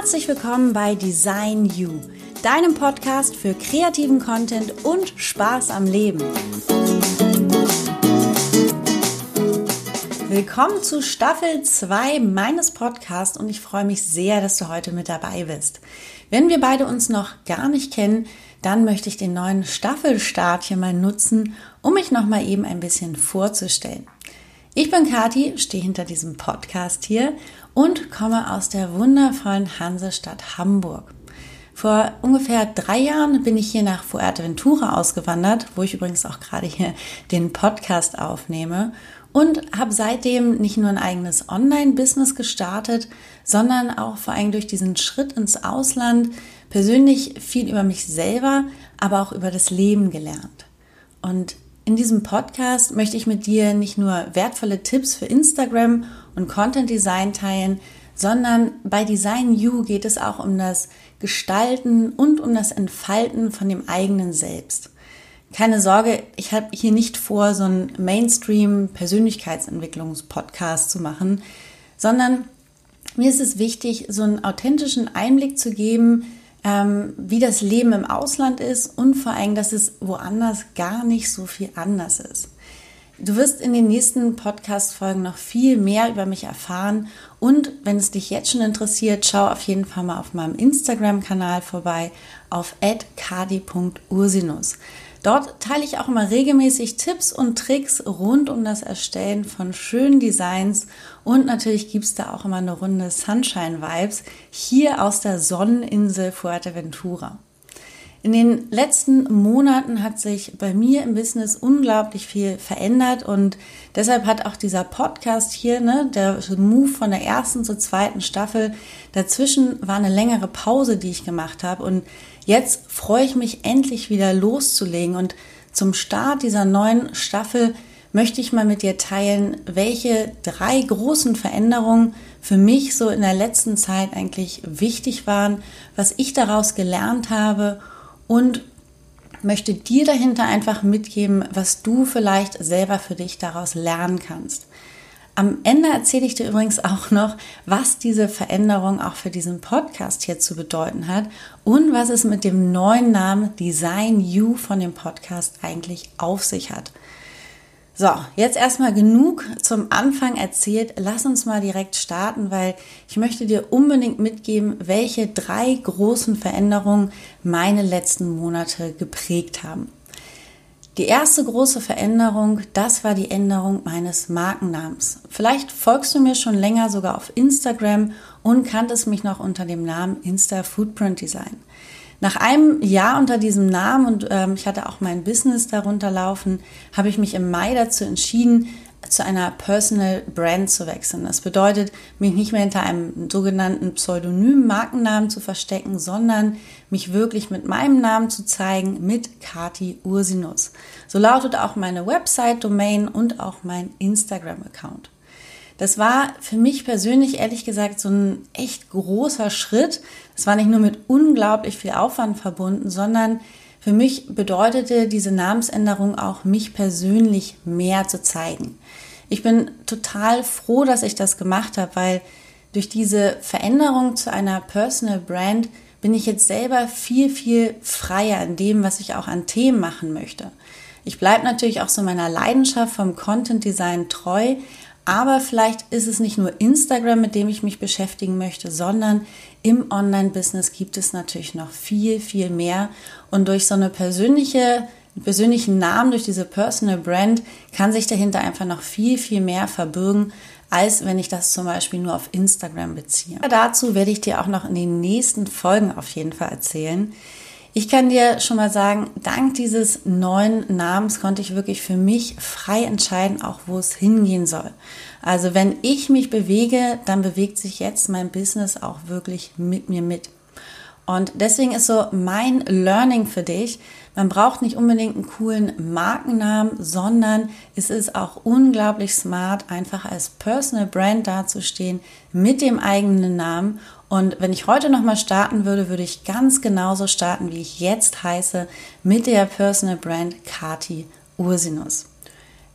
Herzlich willkommen bei Design You, deinem Podcast für kreativen Content und Spaß am Leben. Willkommen zu Staffel 2 meines Podcasts und ich freue mich sehr, dass du heute mit dabei bist. Wenn wir beide uns noch gar nicht kennen, dann möchte ich den neuen Staffelstart hier mal nutzen, um mich noch mal eben ein bisschen vorzustellen. Ich bin Kathi, stehe hinter diesem Podcast hier und komme aus der wundervollen Hansestadt Hamburg. Vor ungefähr 3 Jahren bin ich hier nach Fuerteventura ausgewandert, wo ich übrigens auch gerade hier den Podcast aufnehme und habe seitdem nicht nur ein eigenes Online-Business gestartet, sondern auch vor allem durch diesen Schritt ins Ausland persönlich viel über mich selber, aber auch über das Leben gelernt. Und in diesem Podcast möchte ich mit dir nicht nur wertvolle Tipps für Instagram und Content Design teilen, sondern bei Design You geht es auch um das Gestalten und um das Entfalten von dem eigenen Selbst. Keine Sorge, ich habe hier nicht vor, so einen Mainstream-Persönlichkeitsentwicklungs-Podcast zu machen, sondern mir ist es wichtig, so einen authentischen Einblick zu geben, wie das Leben im Ausland ist und vor allem, dass es woanders gar nicht so viel anders ist. Du wirst in den nächsten Podcast-Folgen noch viel mehr über mich erfahren und wenn es dich jetzt schon interessiert, schau auf jeden Fall mal auf meinem Instagram-Kanal vorbei auf @kadi.ursinus. Dort teile ich auch immer regelmäßig Tipps und Tricks rund um das Erstellen von schönen Designs und natürlich gibt es da auch immer eine Runde Sunshine-Vibes hier aus der Sonneninsel Fuerteventura. In den letzten Monaten hat sich bei mir im Business unglaublich viel verändert und deshalb hat auch dieser Podcast hier, der Move von der 1. zur 2. Staffel, dazwischen war eine längere Pause, die ich gemacht habe und jetzt freue ich mich endlich wieder loszulegen und zum Start dieser neuen Staffel möchte ich mal mit dir teilen, welche 3 großen Veränderungen für mich so in der letzten Zeit eigentlich wichtig waren, was ich daraus gelernt habe und möchte dir dahinter einfach mitgeben, was du vielleicht selber für dich daraus lernen kannst. Am Ende erzähle ich dir übrigens auch noch, was diese Veränderung auch für diesen Podcast hier zu bedeuten hat und was es mit dem neuen Namen Design You von dem Podcast eigentlich auf sich hat. So, jetzt erstmal genug zum Anfang erzählt. Lass uns mal direkt starten, weil ich möchte dir unbedingt mitgeben, welche 3 großen Veränderungen meine letzten Monate geprägt haben. Die erste große Veränderung, das war die Änderung meines Markennamens. Vielleicht folgst du mir schon länger sogar auf Instagram und kanntest mich noch unter dem Namen Insta Footprint Design. Nach einem Jahr unter diesem Namen und ich hatte auch mein Business darunter laufen, habe ich mich im Mai dazu entschieden, zu einer Personal Brand zu wechseln. Das bedeutet, mich nicht mehr hinter einem sogenannten pseudonymen Markennamen zu verstecken, sondern mich wirklich mit meinem Namen zu zeigen, mit Kathi Ursinus. So lautet auch meine Website-Domain und auch mein Instagram-Account. Das war für mich persönlich, ehrlich gesagt, so ein echt großer Schritt. Es war nicht nur mit unglaublich viel Aufwand verbunden, sondern für mich bedeutete diese Namensänderung auch, mich persönlich mehr zu zeigen. Ich bin total froh, dass ich das gemacht habe, weil durch diese Veränderung zu einer Personal Brand bin ich jetzt selber viel, viel freier in dem, was ich auch an Themen machen möchte. Ich bleibe natürlich auch so meiner Leidenschaft vom Content Design treu, aber vielleicht ist es nicht nur Instagram, mit dem ich mich beschäftigen möchte, sondern im Online-Business gibt es natürlich noch viel, viel mehr. Und durch so eine persönlichen Namen, durch diese Personal Brand, kann sich dahinter einfach noch viel, viel mehr verbirgen, als wenn ich das zum Beispiel nur auf Instagram beziehe. Dazu werde ich dir auch noch in den nächsten Folgen auf jeden Fall erzählen. Ich kann dir schon mal sagen, dank dieses neuen Namens konnte ich wirklich für mich frei entscheiden, auch wo es hingehen soll. Also wenn ich mich bewege, dann bewegt sich jetzt mein Business auch wirklich mit mir mit. Und deswegen ist so mein Learning für dich, man braucht nicht unbedingt einen coolen Markennamen, sondern es ist auch unglaublich smart, einfach als Personal Brand dazustehen mit dem eigenen Namen. Und wenn ich heute nochmal starten würde, würde ich ganz genauso starten, wie ich jetzt heiße, mit der Personal Brand Kathi Ursinus.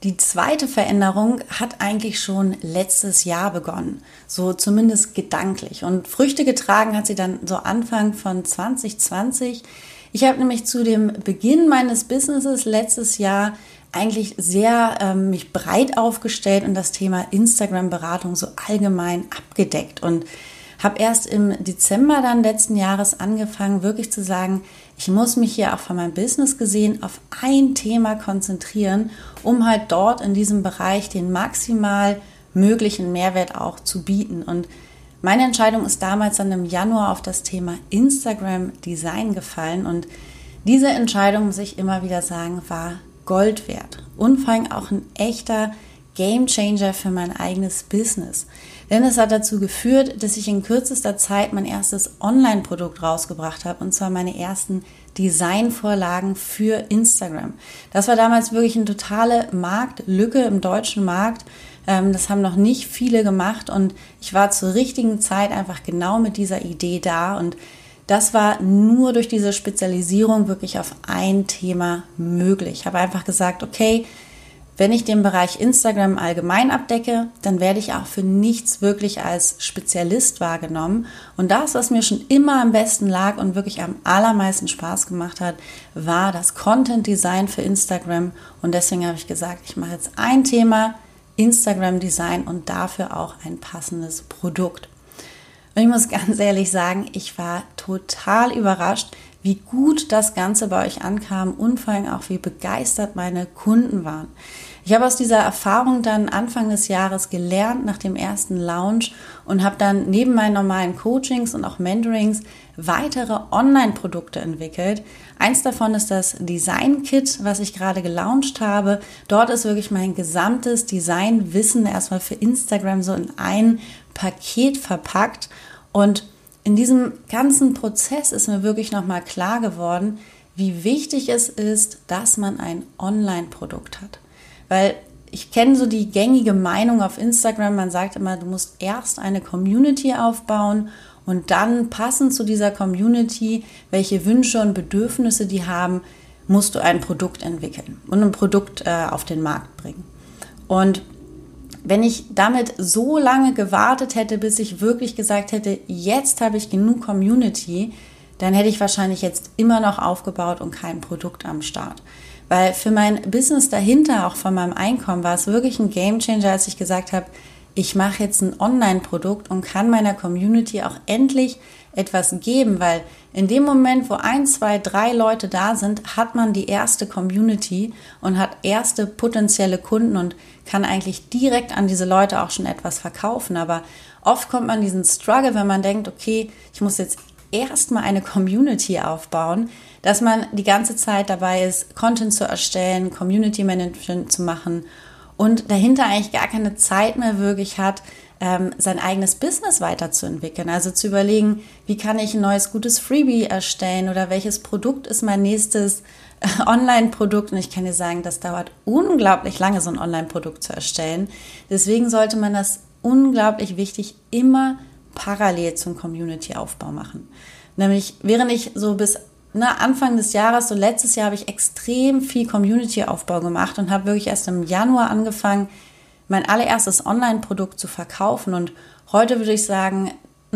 Die zweite Veränderung hat eigentlich schon letztes Jahr begonnen, so zumindest gedanklich. Und Früchte getragen hat sie dann so Anfang von 2020. Ich habe nämlich zu dem Beginn meines Businesses letztes Jahr eigentlich sehr mich breit aufgestellt und das Thema Instagram-Beratung so allgemein abgedeckt und habe erst im Dezember dann letzten Jahres angefangen, wirklich zu sagen, ich muss mich hier auch von meinem Business gesehen auf ein Thema konzentrieren, um halt dort in diesem Bereich den maximal möglichen Mehrwert auch zu bieten. Und meine Entscheidung ist damals dann im Januar auf das Thema Instagram Design gefallen. Und diese Entscheidung, muss ich immer wieder sagen, war Gold wert. Und vor allem auch ein echter Gamechanger für mein eigenes Business. Denn es hat dazu geführt, dass ich in kürzester Zeit mein erstes Online-Produkt rausgebracht habe, und zwar meine ersten Designvorlagen für Instagram. Das war damals wirklich eine totale Marktlücke im deutschen Markt. Das haben noch nicht viele gemacht und ich war zur richtigen Zeit einfach genau mit dieser Idee da, und das war nur durch diese Spezialisierung wirklich auf ein Thema möglich. Ich habe einfach gesagt, okay, wenn ich den Bereich Instagram allgemein abdecke, dann werde ich auch für nichts wirklich als Spezialist wahrgenommen. Und das, was mir schon immer am besten lag und wirklich am allermeisten Spaß gemacht hat, war das Content Design für Instagram. Und deswegen habe ich gesagt, ich mache jetzt ein Thema Instagram Design und dafür auch ein passendes Produkt. Und ich muss ganz ehrlich sagen, ich war total überrascht, wie gut das Ganze bei euch ankam und vor allem auch, wie begeistert meine Kunden waren. Ich habe aus dieser Erfahrung dann Anfang des Jahres gelernt nach dem ersten Launch und habe dann neben meinen normalen Coachings und auch Mentorings weitere Online-Produkte entwickelt. Eins davon ist das Design-Kit, was ich gerade gelauncht habe. Dort ist wirklich mein gesamtes Designwissen erstmal für Instagram so in ein Paket verpackt, und in diesem ganzen Prozess ist mir wirklich nochmal klar geworden, wie wichtig es ist, dass man ein Online-Produkt hat. Weil ich kenne so die gängige Meinung auf Instagram, man sagt immer, du musst erst eine Community aufbauen und dann passend zu dieser Community, welche Wünsche und Bedürfnisse die haben, musst du ein Produkt entwickeln und ein Produkt auf den Markt bringen. Und wenn ich damit so lange gewartet hätte, bis ich wirklich gesagt hätte, jetzt habe ich genug Community, dann hätte ich wahrscheinlich jetzt immer noch aufgebaut und kein Produkt am Start. Weil für mein Business dahinter, auch von meinem Einkommen, war es wirklich ein Gamechanger, als ich gesagt habe, ich mache jetzt ein Online-Produkt und kann meiner Community auch endlich etwas geben, weil in dem Moment, wo 1, 2, 3 Leute da sind, hat man die erste Community und hat erste potenzielle Kunden und kann eigentlich direkt an diese Leute auch schon etwas verkaufen. Aber oft kommt man diesen Struggle, wenn man denkt, okay, ich muss jetzt erstmal eine Community aufbauen, dass man die ganze Zeit dabei ist, Content zu erstellen, Community Management zu machen und dahinter eigentlich gar keine Zeit mehr wirklich hat, sein eigenes Business weiterzuentwickeln. Also zu überlegen, wie kann ich ein neues, gutes Freebie erstellen oder welches Produkt ist mein nächstes Online-Produkt. Und ich kann dir sagen, das dauert unglaublich lange, so ein Online-Produkt zu erstellen. Deswegen sollte man das unglaublich wichtig immer parallel zum Community-Aufbau machen. Nämlich, während ich so bis Anfang des Jahres, so letztes Jahr, habe ich extrem viel Community-Aufbau gemacht und habe wirklich erst im Januar angefangen, mein allererstes Online-Produkt zu verkaufen. Und heute würde ich sagen,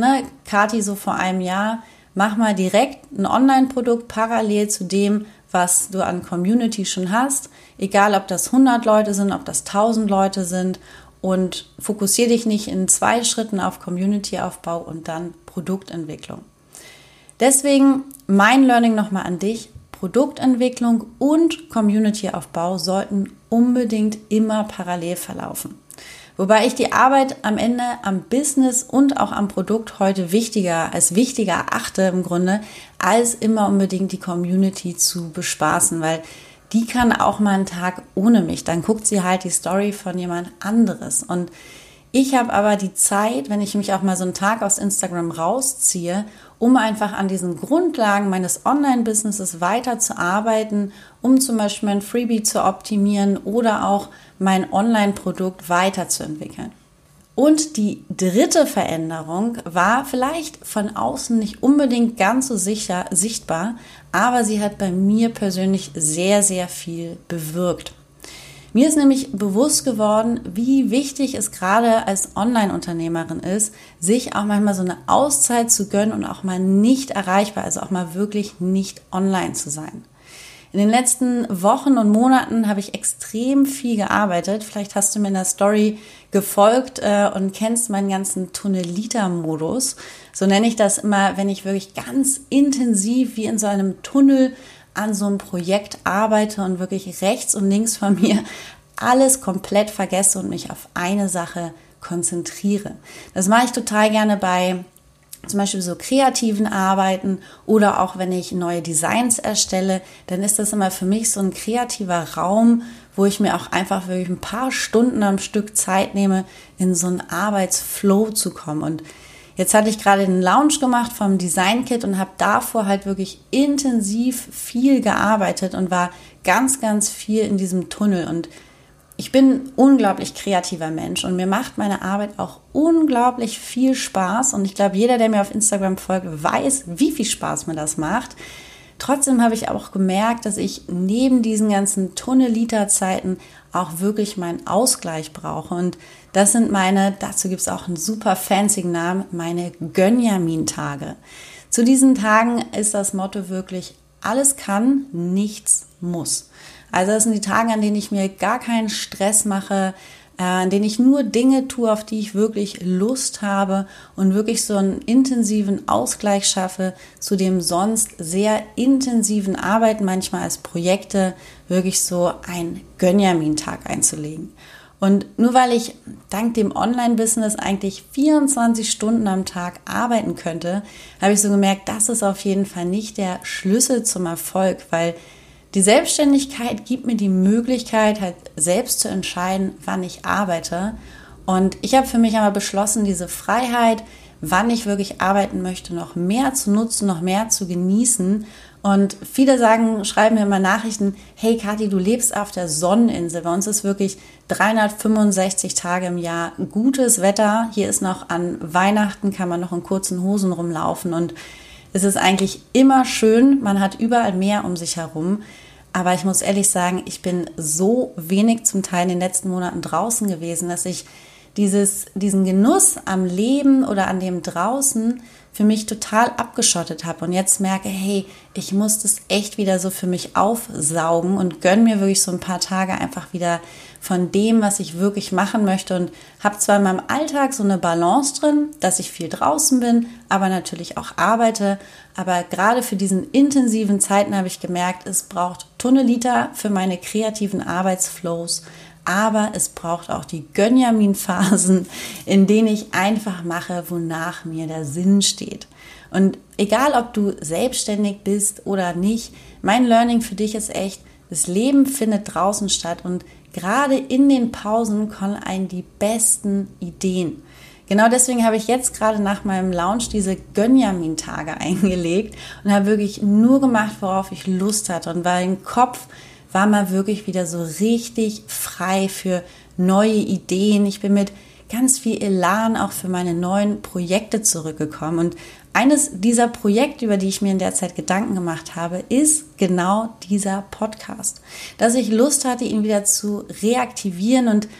Kathi, so vor einem Jahr, mach mal direkt ein Online-Produkt parallel zu dem, was du an Community schon hast. Egal, ob das 100 Leute sind, ob das 1000 Leute sind. Und fokussiere dich nicht in 2 Schritten auf Community-Aufbau und dann Produktentwicklung. Deswegen mein Learning nochmal an dich. Produktentwicklung und Community-Aufbau sollten unbedingt immer parallel verlaufen. Wobei ich die Arbeit am Ende am Business und auch am Produkt heute wichtiger erachte im Grunde, als immer unbedingt die Community zu bespaßen, weil die kann auch mal einen Tag ohne mich. Dann guckt sie halt die Story von jemand anderes. Und ich habe aber die Zeit, wenn ich mich auch mal so einen Tag aus Instagram rausziehe, um einfach an diesen Grundlagen meines Online-Businesses weiterzuarbeiten, um zum Beispiel mein Freebie zu optimieren oder auch mein Online-Produkt weiterzuentwickeln. Und die dritte Veränderung war vielleicht von außen nicht unbedingt ganz so sichtbar, aber sie hat bei mir persönlich sehr, sehr viel bewirkt. Mir ist nämlich bewusst geworden, wie wichtig es gerade als Online-Unternehmerin ist, sich auch manchmal so eine Auszeit zu gönnen und auch mal nicht erreichbar, also auch mal wirklich nicht online zu sein. In den letzten Wochen und Monaten habe ich extrem viel gearbeitet. Vielleicht hast du mir in der Story gefolgt und kennst meinen ganzen Tunnelita-Modus. So nenne ich das immer, wenn ich wirklich ganz intensiv wie in so einem Tunnel an so einem Projekt arbeite und wirklich rechts und links von mir alles komplett vergesse und mich auf eine Sache konzentriere. Das mache ich total gerne bei zum Beispiel so kreativen Arbeiten oder auch wenn ich neue Designs erstelle, dann ist das immer für mich so ein kreativer Raum, wo ich mir auch einfach wirklich ein paar Stunden am Stück Zeit nehme, in so einen Arbeitsflow zu kommen. Und jetzt hatte ich gerade den Launch gemacht vom Design Kit und habe davor halt wirklich intensiv viel gearbeitet und war ganz, ganz viel in diesem Tunnel. Und ich bin ein unglaublich kreativer Mensch und mir macht meine Arbeit auch unglaublich viel Spaß. Und ich glaube, jeder, der mir auf Instagram folgt, weiß, wie viel Spaß mir das macht. Trotzdem habe ich auch gemerkt, dass ich neben diesen ganzen Tunnelita-Zeiten auch wirklich meinen Ausgleich brauche. Und das sind dazu gibt es auch einen super fancy Namen, meine Gönjamin-Tage. Zu diesen Tagen ist das Motto wirklich, alles kann, nichts muss. Also das sind die Tage, an denen ich mir gar keinen Stress mache, an denen ich nur Dinge tue, auf die ich wirklich Lust habe und wirklich so einen intensiven Ausgleich schaffe zu dem sonst sehr intensiven Arbeiten, manchmal als Projekte, wirklich so einen Gönjamin-Tag einzulegen. Und nur weil ich dank dem Online-Business eigentlich 24 Stunden am Tag arbeiten könnte, habe ich so gemerkt, das ist auf jeden Fall nicht der Schlüssel zum Erfolg, weil die Selbstständigkeit gibt mir die Möglichkeit, halt selbst zu entscheiden, wann ich arbeite. Und ich habe für mich aber beschlossen, diese Freiheit, wann ich wirklich arbeiten möchte, noch mehr zu nutzen, noch mehr zu genießen. Und viele schreiben mir immer Nachrichten, hey Kathi, du lebst auf der Sonneninsel. Bei uns ist wirklich 365 Tage im Jahr gutes Wetter. Hier ist noch an Weihnachten, kann man noch in kurzen Hosen rumlaufen und es ist eigentlich immer schön, man hat überall Meer um sich herum. Aber ich muss ehrlich sagen, ich bin so wenig zum Teil in den letzten Monaten draußen gewesen, dass ich diesen Genuss am Leben oder an dem draußen für mich total abgeschottet habe und jetzt merke, hey, ich muss das echt wieder so für mich aufsaugen und gönne mir wirklich so ein paar Tage einfach wieder von dem, was ich wirklich machen möchte und habe zwar in meinem Alltag so eine Balance drin, dass ich viel draußen bin, aber natürlich auch arbeite, aber gerade für diesen intensiven Zeiten habe ich gemerkt, es braucht Tunnelita für meine kreativen Arbeitsflows, aber es braucht auch die Gönjamin-Phasen, in denen ich einfach mache, wonach mir der Sinn steht. Und egal, ob du selbstständig bist oder nicht, mein Learning für dich ist echt, das Leben findet draußen statt und gerade in den Pausen kommen einem die besten Ideen. Genau deswegen habe ich jetzt gerade nach meinem Launch diese Gönjamin-Tage eingelegt und habe wirklich nur gemacht, worauf ich Lust hatte und war im Kopf war mal wirklich wieder so richtig frei für neue Ideen. Ich bin mit ganz viel Elan auch für meine neuen Projekte zurückgekommen. Und eines dieser Projekte, über die ich mir in der Zeit Gedanken gemacht habe, ist genau dieser Podcast. Dass ich Lust hatte, ihn wieder zu reaktivieren. Und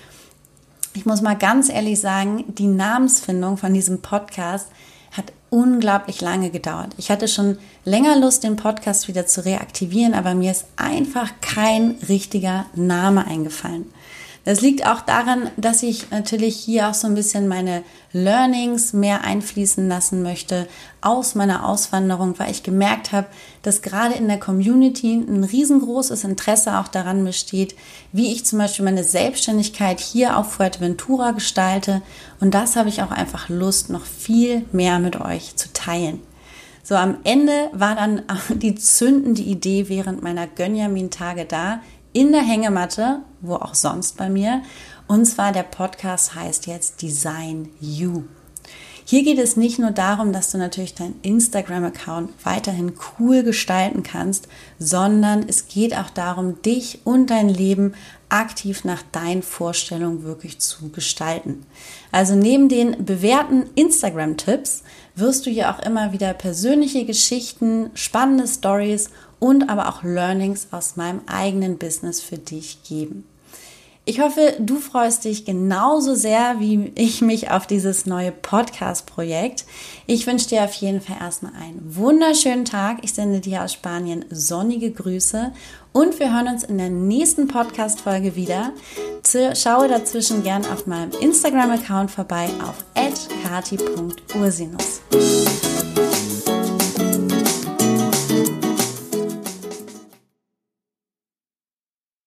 ich muss mal ganz ehrlich sagen, die Namensfindung von diesem Podcast hat unglaublich lange gedauert. Ich hatte schon länger Lust, den Podcast wieder zu reaktivieren, aber mir ist einfach kein richtiger Name eingefallen. Das liegt auch daran, dass ich natürlich hier auch so ein bisschen meine Learnings mehr einfließen lassen möchte aus meiner Auswanderung, weil ich gemerkt habe, dass gerade in der Community ein riesengroßes Interesse auch daran besteht, wie ich zum Beispiel meine Selbstständigkeit hier auf Fuerteventura gestalte. Und das habe ich auch einfach Lust, noch viel mehr mit euch zu teilen. So, am Ende war dann die zündende Idee während meiner Gönjamin-Tage da, in der Hängematte, wo auch sonst bei mir. Und zwar der Podcast heißt jetzt Design You. Hier geht es nicht nur darum, dass du natürlich deinen Instagram-Account weiterhin cool gestalten kannst, sondern es geht auch darum, dich und dein Leben aktiv nach deinen Vorstellungen wirklich zu gestalten. Also neben den bewährten Instagram-Tipps wirst du hier auch immer wieder persönliche Geschichten, spannende Stories und aber auch Learnings aus meinem eigenen Business für dich geben. Ich hoffe, du freust dich genauso sehr wie ich mich auf dieses neue Podcast-Projekt. Ich wünsche dir auf jeden Fall erstmal einen wunderschönen Tag. Ich sende dir aus Spanien sonnige Grüße und wir hören uns in der nächsten Podcast-Folge wieder. Schaue dazwischen gern auf meinem Instagram-Account vorbei auf @kati.ursinus.